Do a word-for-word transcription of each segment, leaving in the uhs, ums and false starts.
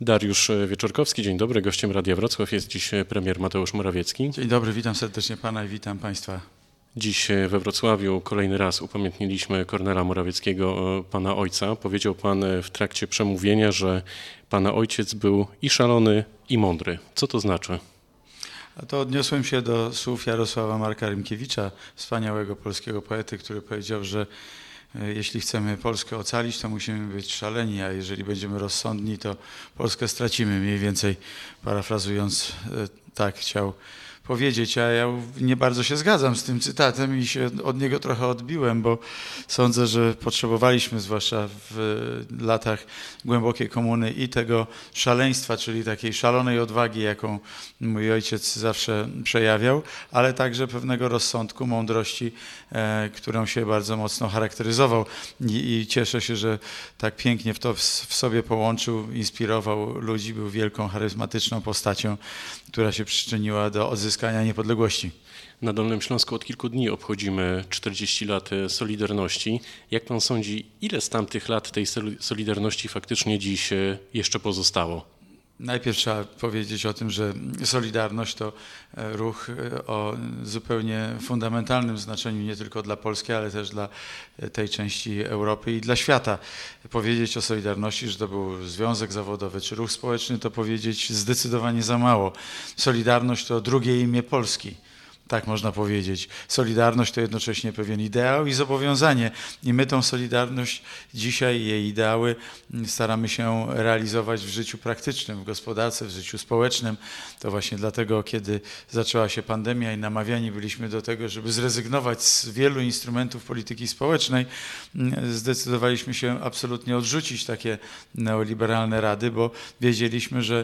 Dariusz Wieczorkowski, dzień dobry. Gościem Radia Wrocław jest dziś premier Mateusz Morawiecki. Dzień dobry, witam serdecznie pana i witam państwa. Dziś we Wrocławiu kolejny raz upamiętniliśmy Kornela Morawieckiego, pana ojca. Powiedział pan w trakcie przemówienia, że pana ojciec był i szalony, i mądry. Co to znaczy? A to odniosłem się do słów Jarosława Marka Rymkiewicza, wspaniałego polskiego poety, który powiedział, że jeśli chcemy Polskę ocalić, to musimy być szaleni, a jeżeli będziemy rozsądni, to Polskę stracimy. Mniej więcej parafrazując, tak chciał powiedzieć, a ja nie bardzo się zgadzam z tym cytatem i się od niego trochę odbiłem, bo sądzę, że potrzebowaliśmy, zwłaszcza w latach głębokiej komuny, i tego szaleństwa, czyli takiej szalonej odwagi, jaką mój ojciec zawsze przejawiał, ale także pewnego rozsądku, mądrości, e, którą się bardzo mocno charakteryzował. I, i cieszę się, że tak pięknie w to w, w sobie połączył, inspirował ludzi, był wielką, charyzmatyczną postacią, która się przyczyniła do odzyskania niepodległości. Na Dolnym Śląsku od kilku dni obchodzimy czterdzieści lat Solidarności. Jak pan sądzi, ile z tamtych lat tej Solidarności faktycznie dziś jeszcze pozostało? Najpierw trzeba powiedzieć o tym, że Solidarność to ruch o zupełnie fundamentalnym znaczeniu nie tylko dla Polski, ale też dla tej części Europy i dla świata. Powiedzieć o Solidarności, że to był związek zawodowy czy ruch społeczny, to powiedzieć zdecydowanie za mało. Solidarność to drugie imię Polski. Tak można powiedzieć. Solidarność to jednocześnie pewien ideał i zobowiązanie. I my tą solidarność dzisiaj, jej ideały staramy się realizować w życiu praktycznym, w gospodarce, w życiu społecznym. To właśnie dlatego, kiedy zaczęła się pandemia i namawiani byliśmy do tego, żeby zrezygnować z wielu instrumentów polityki społecznej, zdecydowaliśmy się absolutnie odrzucić takie neoliberalne rady, bo wiedzieliśmy, że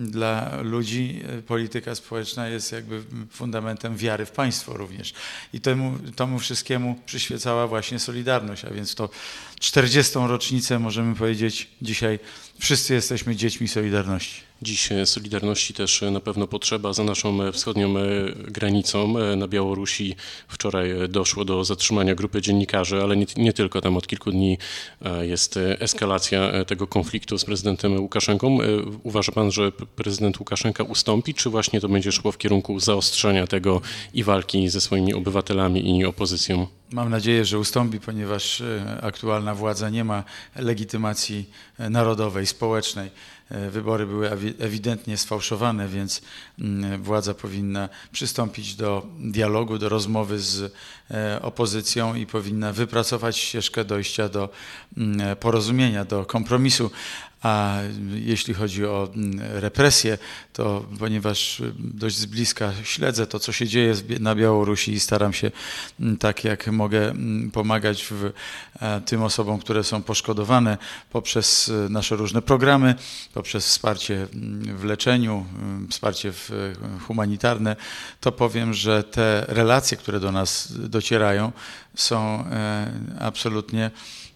dla ludzi polityka społeczna jest jakby fundamentem wiary w państwo również. I temu, temu wszystkiemu przyświecała właśnie Solidarność, a więc to czterdziestą rocznicę możemy powiedzieć dzisiaj wszyscy jesteśmy dziećmi Solidarności. Dziś Solidarności też na pewno potrzeba za naszą wschodnią granicą. Na Białorusi wczoraj doszło do zatrzymania grupy dziennikarzy, ale nie, nie tylko. Tam od kilku dni jest eskalacja tego konfliktu z prezydentem Łukaszenką. Uważa pan, że prezydent Łukaszenka ustąpi, czy właśnie to będzie szło w kierunku zaostrzenia tego i walki ze swoimi obywatelami i opozycją? Mam nadzieję, że ustąpi, ponieważ aktualna władza nie ma legitymacji narodowej, społecznej. Wybory były ewidentnie sfałszowane, więc władza powinna przystąpić do dialogu, do rozmowy z opozycją i powinna wypracować ścieżkę dojścia do porozumienia, do kompromisu. A jeśli chodzi o represje, to ponieważ dość z bliska śledzę to, co się dzieje na Białorusi i staram się tak jak mogę pomagać w tym osobom, które są poszkodowane poprzez nasze różne programy, poprzez wsparcie w leczeniu, wsparcie humanitarne, to powiem, że te relacje, które do nas docierają, są absolutnie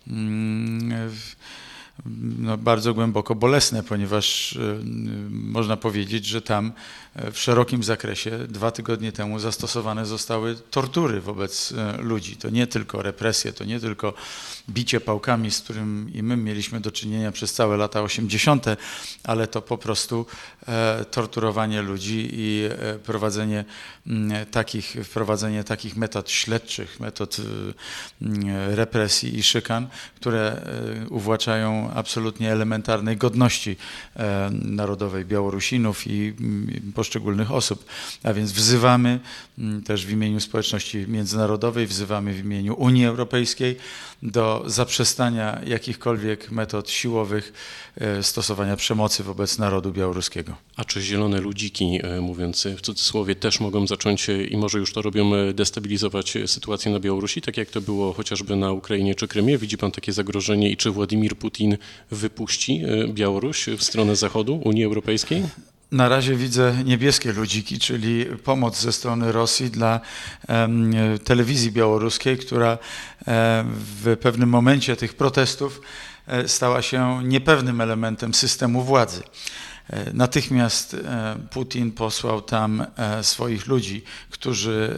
no, bardzo głęboko bolesne, ponieważ y, można powiedzieć, że tam w szerokim zakresie dwa tygodnie temu zastosowane zostały tortury wobec y, ludzi. To nie tylko represje, to nie tylko bicie pałkami, z którym i my mieliśmy do czynienia przez całe lata osiemdziesiąte, ale to po prostu e, torturowanie ludzi i e, prowadzenie m, takich, wprowadzenie takich metod śledczych, metod m, represji i szykan, które e, uwłaczają absolutnie elementarnej godności e, narodowej Białorusinów i m, poszczególnych osób. A więc wzywamy m, też w imieniu społeczności międzynarodowej, wzywamy w imieniu Unii Europejskiej do zaprzestania jakichkolwiek metod siłowych, e, stosowania przemocy wobec narodu białoruskiego. A czy zielone ludziki, mówiąc w cudzysłowie, też mogą zacząć i może już to robią destabilizować sytuację na Białorusi, tak jak to było chociażby na Ukrainie czy Krymie? Widzi pan takie zagrożenie i czy Władimir Putin wypuści Białoruś w stronę Zachodu, Unii Europejskiej? Na razie widzę niebieskie ludziki, czyli pomoc ze strony Rosji dla um, telewizji białoruskiej, która um, w pewnym momencie tych protestów um, stała się niepewnym elementem systemu władzy. Natychmiast Putin posłał tam swoich ludzi, którzy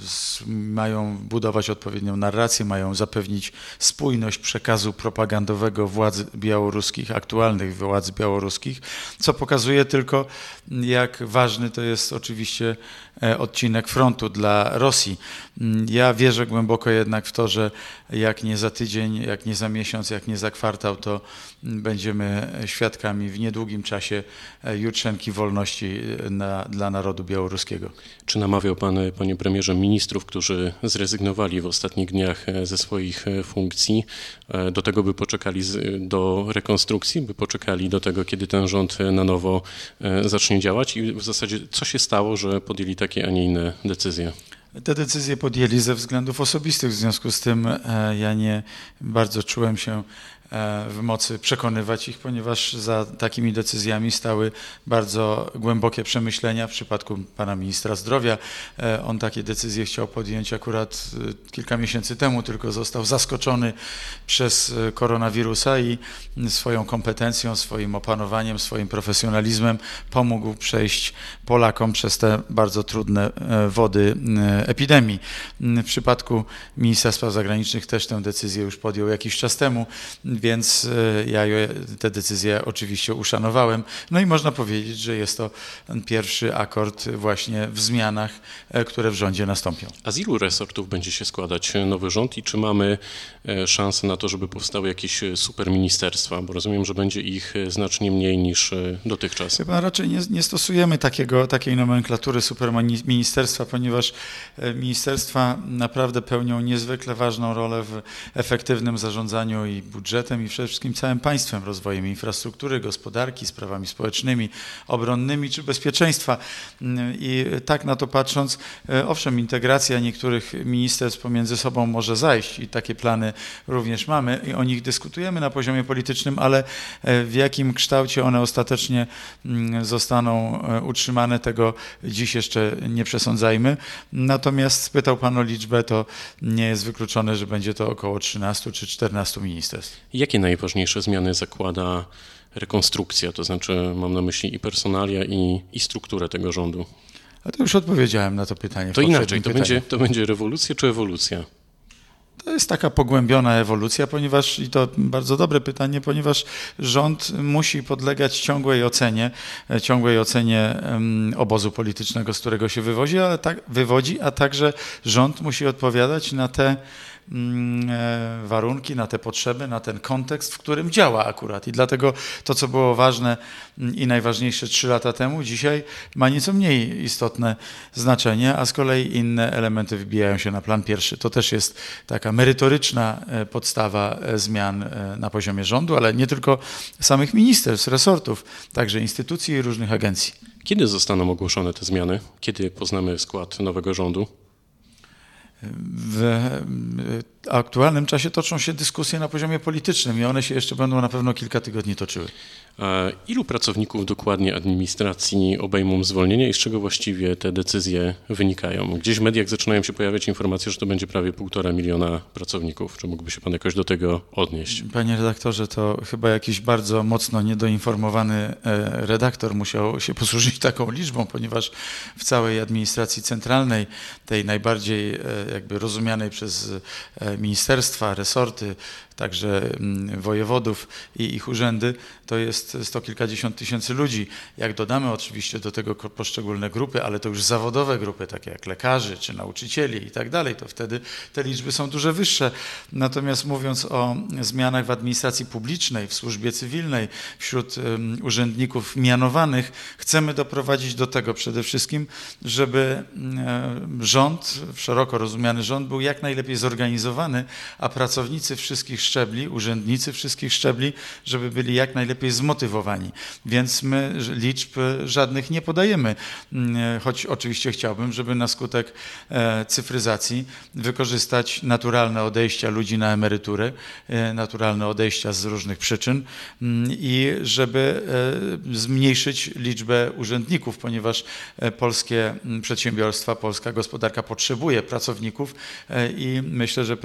mają budować odpowiednią narrację, mają zapewnić spójność przekazu propagandowego władz białoruskich, aktualnych władz białoruskich, co pokazuje tylko, jak ważny to jest oczywiście odcinek frontu dla Rosji. Ja wierzę głęboko jednak w to, że jak nie za tydzień, jak nie za miesiąc, jak nie za kwartał, to będziemy świadkami w niedługim czasie jutrzenki wolności na, dla narodu białoruskiego. Czy namawiał pan, panie premierze, ministrów, którzy zrezygnowali w ostatnich dniach ze swoich funkcji, do tego, by poczekali do rekonstrukcji, by poczekali do tego, kiedy ten rząd na nowo zacznie działać i w zasadzie co się stało, że podjęli takie, a nie inne decyzje? Te decyzje podjęli ze względów osobistych, w związku z tym ja nie bardzo czułem się w mocy przekonywać ich, ponieważ za takimi decyzjami stały bardzo głębokie przemyślenia. W przypadku pana ministra zdrowia on takie decyzje chciał podjąć akurat kilka miesięcy temu, tylko został zaskoczony przez koronawirusa i swoją kompetencją, swoim opanowaniem, swoim profesjonalizmem pomógł przejść Polakom przez te bardzo trudne wody epidemii. W przypadku ministra spraw zagranicznych też tę decyzję już podjął jakiś czas temu, więc ja te decyzje oczywiście uszanowałem. No i można powiedzieć, że jest to pierwszy akord właśnie w zmianach, które w rządzie nastąpią. A z ilu resortów będzie się składać nowy rząd i czy mamy szansę na to, żeby powstały jakieś superministerstwa? Bo rozumiem, że będzie ich znacznie mniej niż dotychczas. Chyba raczej nie, nie stosujemy takiego, takiej nomenklatury superministerstwa, ponieważ ministerstwa naprawdę pełnią niezwykle ważną rolę w efektywnym zarządzaniu i budżetem, i przede wszystkim całym państwem, rozwojem infrastruktury, gospodarki, sprawami społecznymi, obronnymi czy bezpieczeństwa. I tak na to patrząc, owszem, integracja niektórych ministerstw pomiędzy sobą może zajść i takie plany również mamy i o nich dyskutujemy na poziomie politycznym, ale w jakim kształcie one ostatecznie zostaną utrzymane, tego dziś jeszcze nie przesądzajmy. Natomiast spytał pan o liczbę, to nie jest wykluczone, że będzie to około trzynastu czy czternastu ministerstw. Jakie najważniejsze zmiany zakłada rekonstrukcja? To znaczy mam na myśli i personalia, i, i strukturę tego rządu. A to już odpowiedziałem na to pytanie. To inaczej, to będzie, to będzie rewolucja czy ewolucja? To jest taka pogłębiona ewolucja, ponieważ, i to bardzo dobre pytanie, ponieważ rząd musi podlegać ciągłej ocenie, ciągłej ocenie um, obozu politycznego, z którego się wywodzi, ale tak, wywodzi, a także rząd musi odpowiadać na te warunki, na te potrzeby, na ten kontekst, w którym działa akurat. I dlatego to, co było ważne i najważniejsze trzy lata temu, dzisiaj ma nieco mniej istotne znaczenie, a z kolei inne elementy wybijają się na plan pierwszy. To też jest taka merytoryczna podstawa zmian na poziomie rządu, ale nie tylko samych ministerstw, resortów, także instytucji i różnych agencji. Kiedy zostaną ogłoszone te zmiany? Kiedy poznamy skład nowego rządu? W aktualnym czasie toczą się dyskusje na poziomie politycznym i one się jeszcze będą na pewno kilka tygodni toczyły. A ilu pracowników dokładnie administracji obejmą zwolnienia i z czego właściwie te decyzje wynikają? Gdzieś w mediach zaczynają się pojawiać informacje, że to będzie prawie półtora miliona pracowników. Czy mógłby się pan jakoś do tego odnieść? Panie redaktorze, to chyba jakiś bardzo mocno niedoinformowany redaktor musiał się posłużyć taką liczbą, ponieważ w całej administracji centralnej, tej najbardziej jakby rozumianej przez ministerstwa, resorty, także wojewodów i ich urzędy, to jest sto kilkadziesiąt tysięcy ludzi. Jak dodamy oczywiście do tego poszczególne grupy, ale to już zawodowe grupy, takie jak lekarzy czy nauczycieli i tak dalej, to wtedy te liczby są dużo wyższe. Natomiast mówiąc o zmianach w administracji publicznej, w służbie cywilnej, wśród um, urzędników mianowanych, chcemy doprowadzić do tego przede wszystkim, żeby um, rząd, szeroko rozumiany rząd, był jak najlepiej zorganizowany, a pracownicy wszystkich szczebli, urzędnicy wszystkich szczebli, żeby byli jak najlepiej zmotywowani. Więc my liczb żadnych nie podajemy, choć oczywiście chciałbym, żeby na skutek cyfryzacji wykorzystać naturalne odejścia ludzi na emeryturę, naturalne odejścia z różnych przyczyn i żeby zmniejszyć liczbę urzędników, ponieważ polskie przedsiębiorstwa, polska gospodarka potrzebuje pracowników i myślę, że pracowników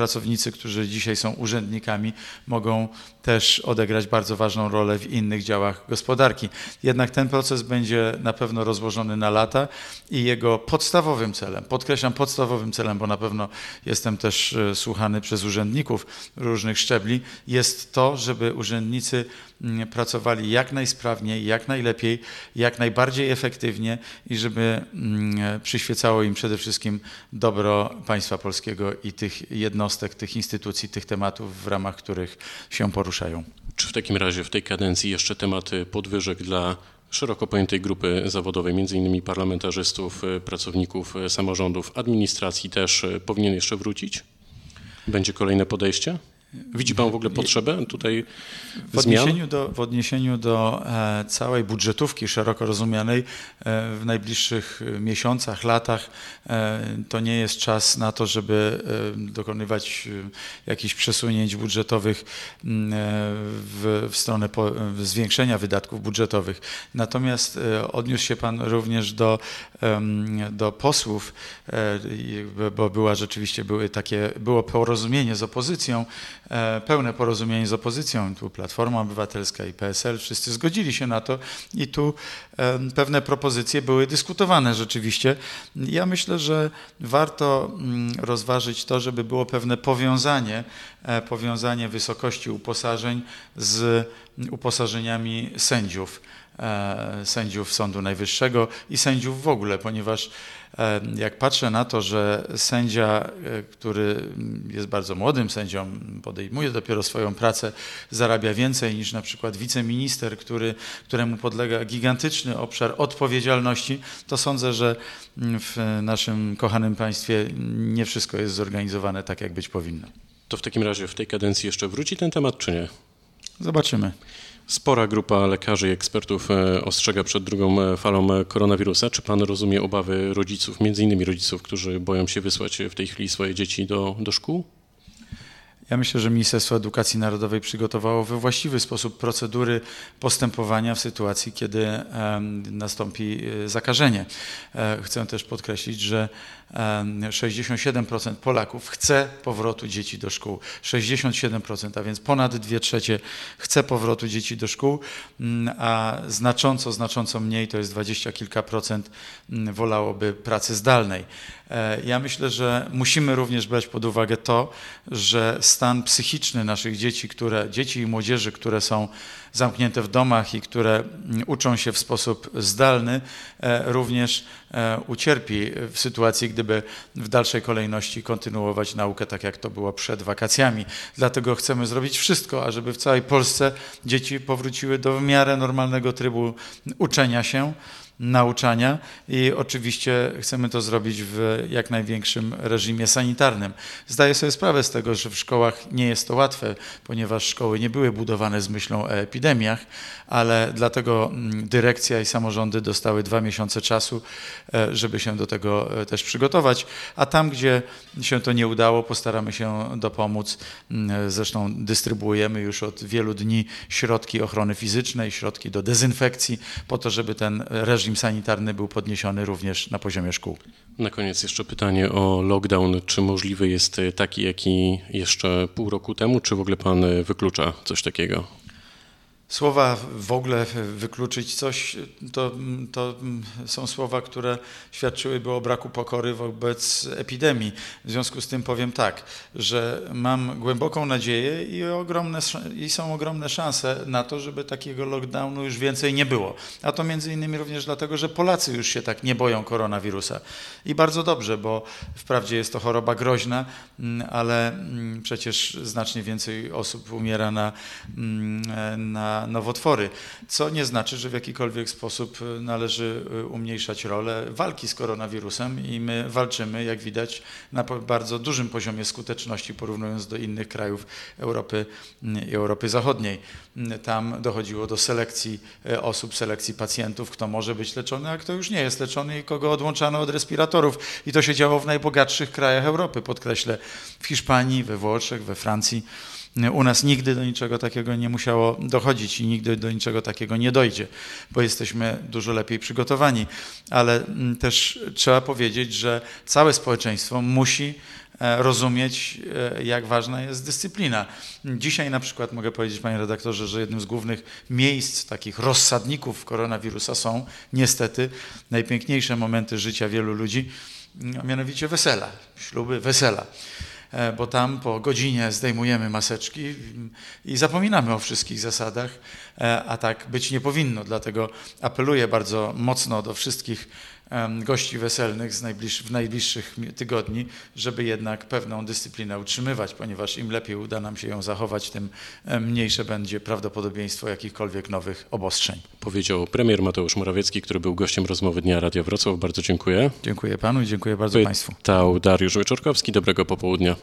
pracownicy, którzy dzisiaj są urzędnikami, mogą też odegrać bardzo ważną rolę w innych działach gospodarki. Jednak ten proces będzie na pewno rozłożony na lata i jego podstawowym celem, podkreślam podstawowym celem, bo na pewno jestem też słuchany przez urzędników różnych szczebli, jest to, żeby urzędnicy pracowali jak najsprawniej, jak najlepiej, jak najbardziej efektywnie i żeby przyświecało im przede wszystkim dobro państwa polskiego i tych jednostek, tych instytucji, tych tematów, w ramach których się poruszają. Czy w takim razie w tej kadencji jeszcze tematy podwyżek dla szeroko pojętej grupy zawodowej, między innymi parlamentarzystów, pracowników samorządów, administracji też powinien jeszcze wrócić? Będzie kolejne podejście? Widzi pan w ogóle potrzebę tutaj w odniesieniu do, w odniesieniu do e, całej budżetówki szeroko rozumianej e, w najbliższych miesiącach, latach e, to nie jest czas na to, żeby e, dokonywać e, jakichś przesunięć budżetowych e, w, w stronę po, w zwiększenia wydatków budżetowych. Natomiast e, odniósł się pan również do, e, do posłów, e, bo była rzeczywiście były takie, było porozumienie z opozycją, pełne porozumienie z opozycją, tu Platforma Obywatelska i P S L, wszyscy zgodzili się na to i tu pewne propozycje były dyskutowane rzeczywiście. Ja myślę, że warto rozważyć to, żeby było pewne powiązanie, powiązanie wysokości uposażeń z uposażeniami sędziów, sędziów Sądu Najwyższego i sędziów w ogóle, ponieważ jak patrzę na to, że sędzia, który jest bardzo młodym sędzią, podejmuje dopiero swoją pracę, zarabia więcej niż na przykład wiceminister, który, któremu podlega gigantyczny obszar odpowiedzialności, to sądzę, że w naszym kochanym państwie nie wszystko jest zorganizowane tak, jak być powinno. To w takim razie w tej kadencji jeszcze wróci ten temat, czy nie? Zobaczymy. Spora grupa lekarzy i ekspertów ostrzega przed drugą falą koronawirusa. Czy pan rozumie obawy rodziców, między innymi rodziców, którzy boją się wysłać w tej chwili swoje dzieci do, do szkół? Ja myślę, że Ministerstwo Edukacji Narodowej przygotowało we właściwy sposób procedury postępowania w sytuacji, kiedy nastąpi zakażenie. Chcę też podkreślić, że sześćdziesiąt siedem procent Polaków chce powrotu dzieci do szkół. sześćdziesiąt siedem procent, a więc ponad dwie trzecie chce powrotu dzieci do szkół, a znacząco, znacząco mniej, to jest dwadzieścia kilka procent, wolałoby pracy zdalnej. Ja myślę, że musimy również brać pod uwagę to, że stan psychiczny naszych dzieci, które, dzieci i młodzieży, które są zamknięte w domach i które uczą się w sposób zdalny, również ucierpi w sytuacji, gdyby w dalszej kolejności kontynuować naukę tak, jak to było przed wakacjami. Dlatego chcemy zrobić wszystko, ażeby w całej Polsce dzieci powróciły do w miarę normalnego trybu uczenia się, nauczania i oczywiście chcemy to zrobić w jak największym reżimie sanitarnym. Zdaję sobie sprawę z tego, że w szkołach nie jest to łatwe, ponieważ szkoły nie były budowane z myślą o epidemiach, ale dlatego dyrekcja i samorządy dostały dwa miesiące czasu, żeby się do tego też przygotować, a tam, gdzie się to nie udało, postaramy się dopomóc. Zresztą dystrybuujemy już od wielu dni środki ochrony fizycznej, środki do dezynfekcji, po to, żeby ten reżim sanitarny był podniesiony również na poziomie szkół. Na koniec jeszcze pytanie o lockdown. Czy możliwy jest taki, jaki jeszcze pół roku temu, czy w ogóle pan wyklucza coś takiego? Słowa w ogóle wykluczyć coś, to, to są słowa, które świadczyłyby o braku pokory wobec epidemii. W związku z tym powiem tak, że mam głęboką nadzieję i, ogromne, i są ogromne szanse na to, żeby takiego lockdownu już więcej nie było. A to między innymi również dlatego, że Polacy już się tak nie boją koronawirusa. I bardzo dobrze, bo wprawdzie jest to choroba groźna, ale przecież znacznie więcej osób umiera na, na nowotwory, co nie znaczy, że w jakikolwiek sposób należy umniejszać rolę walki z koronawirusem i my walczymy, jak widać, na bardzo dużym poziomie skuteczności, porównując do innych krajów Europy i Europy Zachodniej. Tam dochodziło do selekcji osób, selekcji pacjentów, kto może być leczony, a kto już nie jest leczony i kogo odłączano od respiratorów. I to się działo w najbogatszych krajach Europy, podkreślę, w Hiszpanii, we Włoszech, we Francji. U nas nigdy do niczego takiego nie musiało dochodzić i nigdy do niczego takiego nie dojdzie, bo jesteśmy dużo lepiej przygotowani. Ale też trzeba powiedzieć, że całe społeczeństwo musi rozumieć, jak ważna jest dyscyplina. Dzisiaj na przykład mogę powiedzieć, panie redaktorze, że jednym z głównych miejsc, takich rozsadników koronawirusa są niestety najpiękniejsze momenty życia wielu ludzi, a mianowicie wesela, śluby, wesela. Bo tam po godzinie zdejmujemy maseczki i zapominamy o wszystkich zasadach, a tak być nie powinno. Dlatego apeluję bardzo mocno do wszystkich gości weselnych z najbliż, w najbliższych tygodni, żeby jednak pewną dyscyplinę utrzymywać, ponieważ im lepiej uda nam się ją zachować, tym mniejsze będzie prawdopodobieństwo jakichkolwiek nowych obostrzeń. Powiedział premier Mateusz Morawiecki, który był gościem rozmowy Dnia Radia Wrocław. Bardzo dziękuję. Dziękuję panu i dziękuję bardzo państwu. Pytał Dariusz Wieczorkowski. Dobrego popołudnia.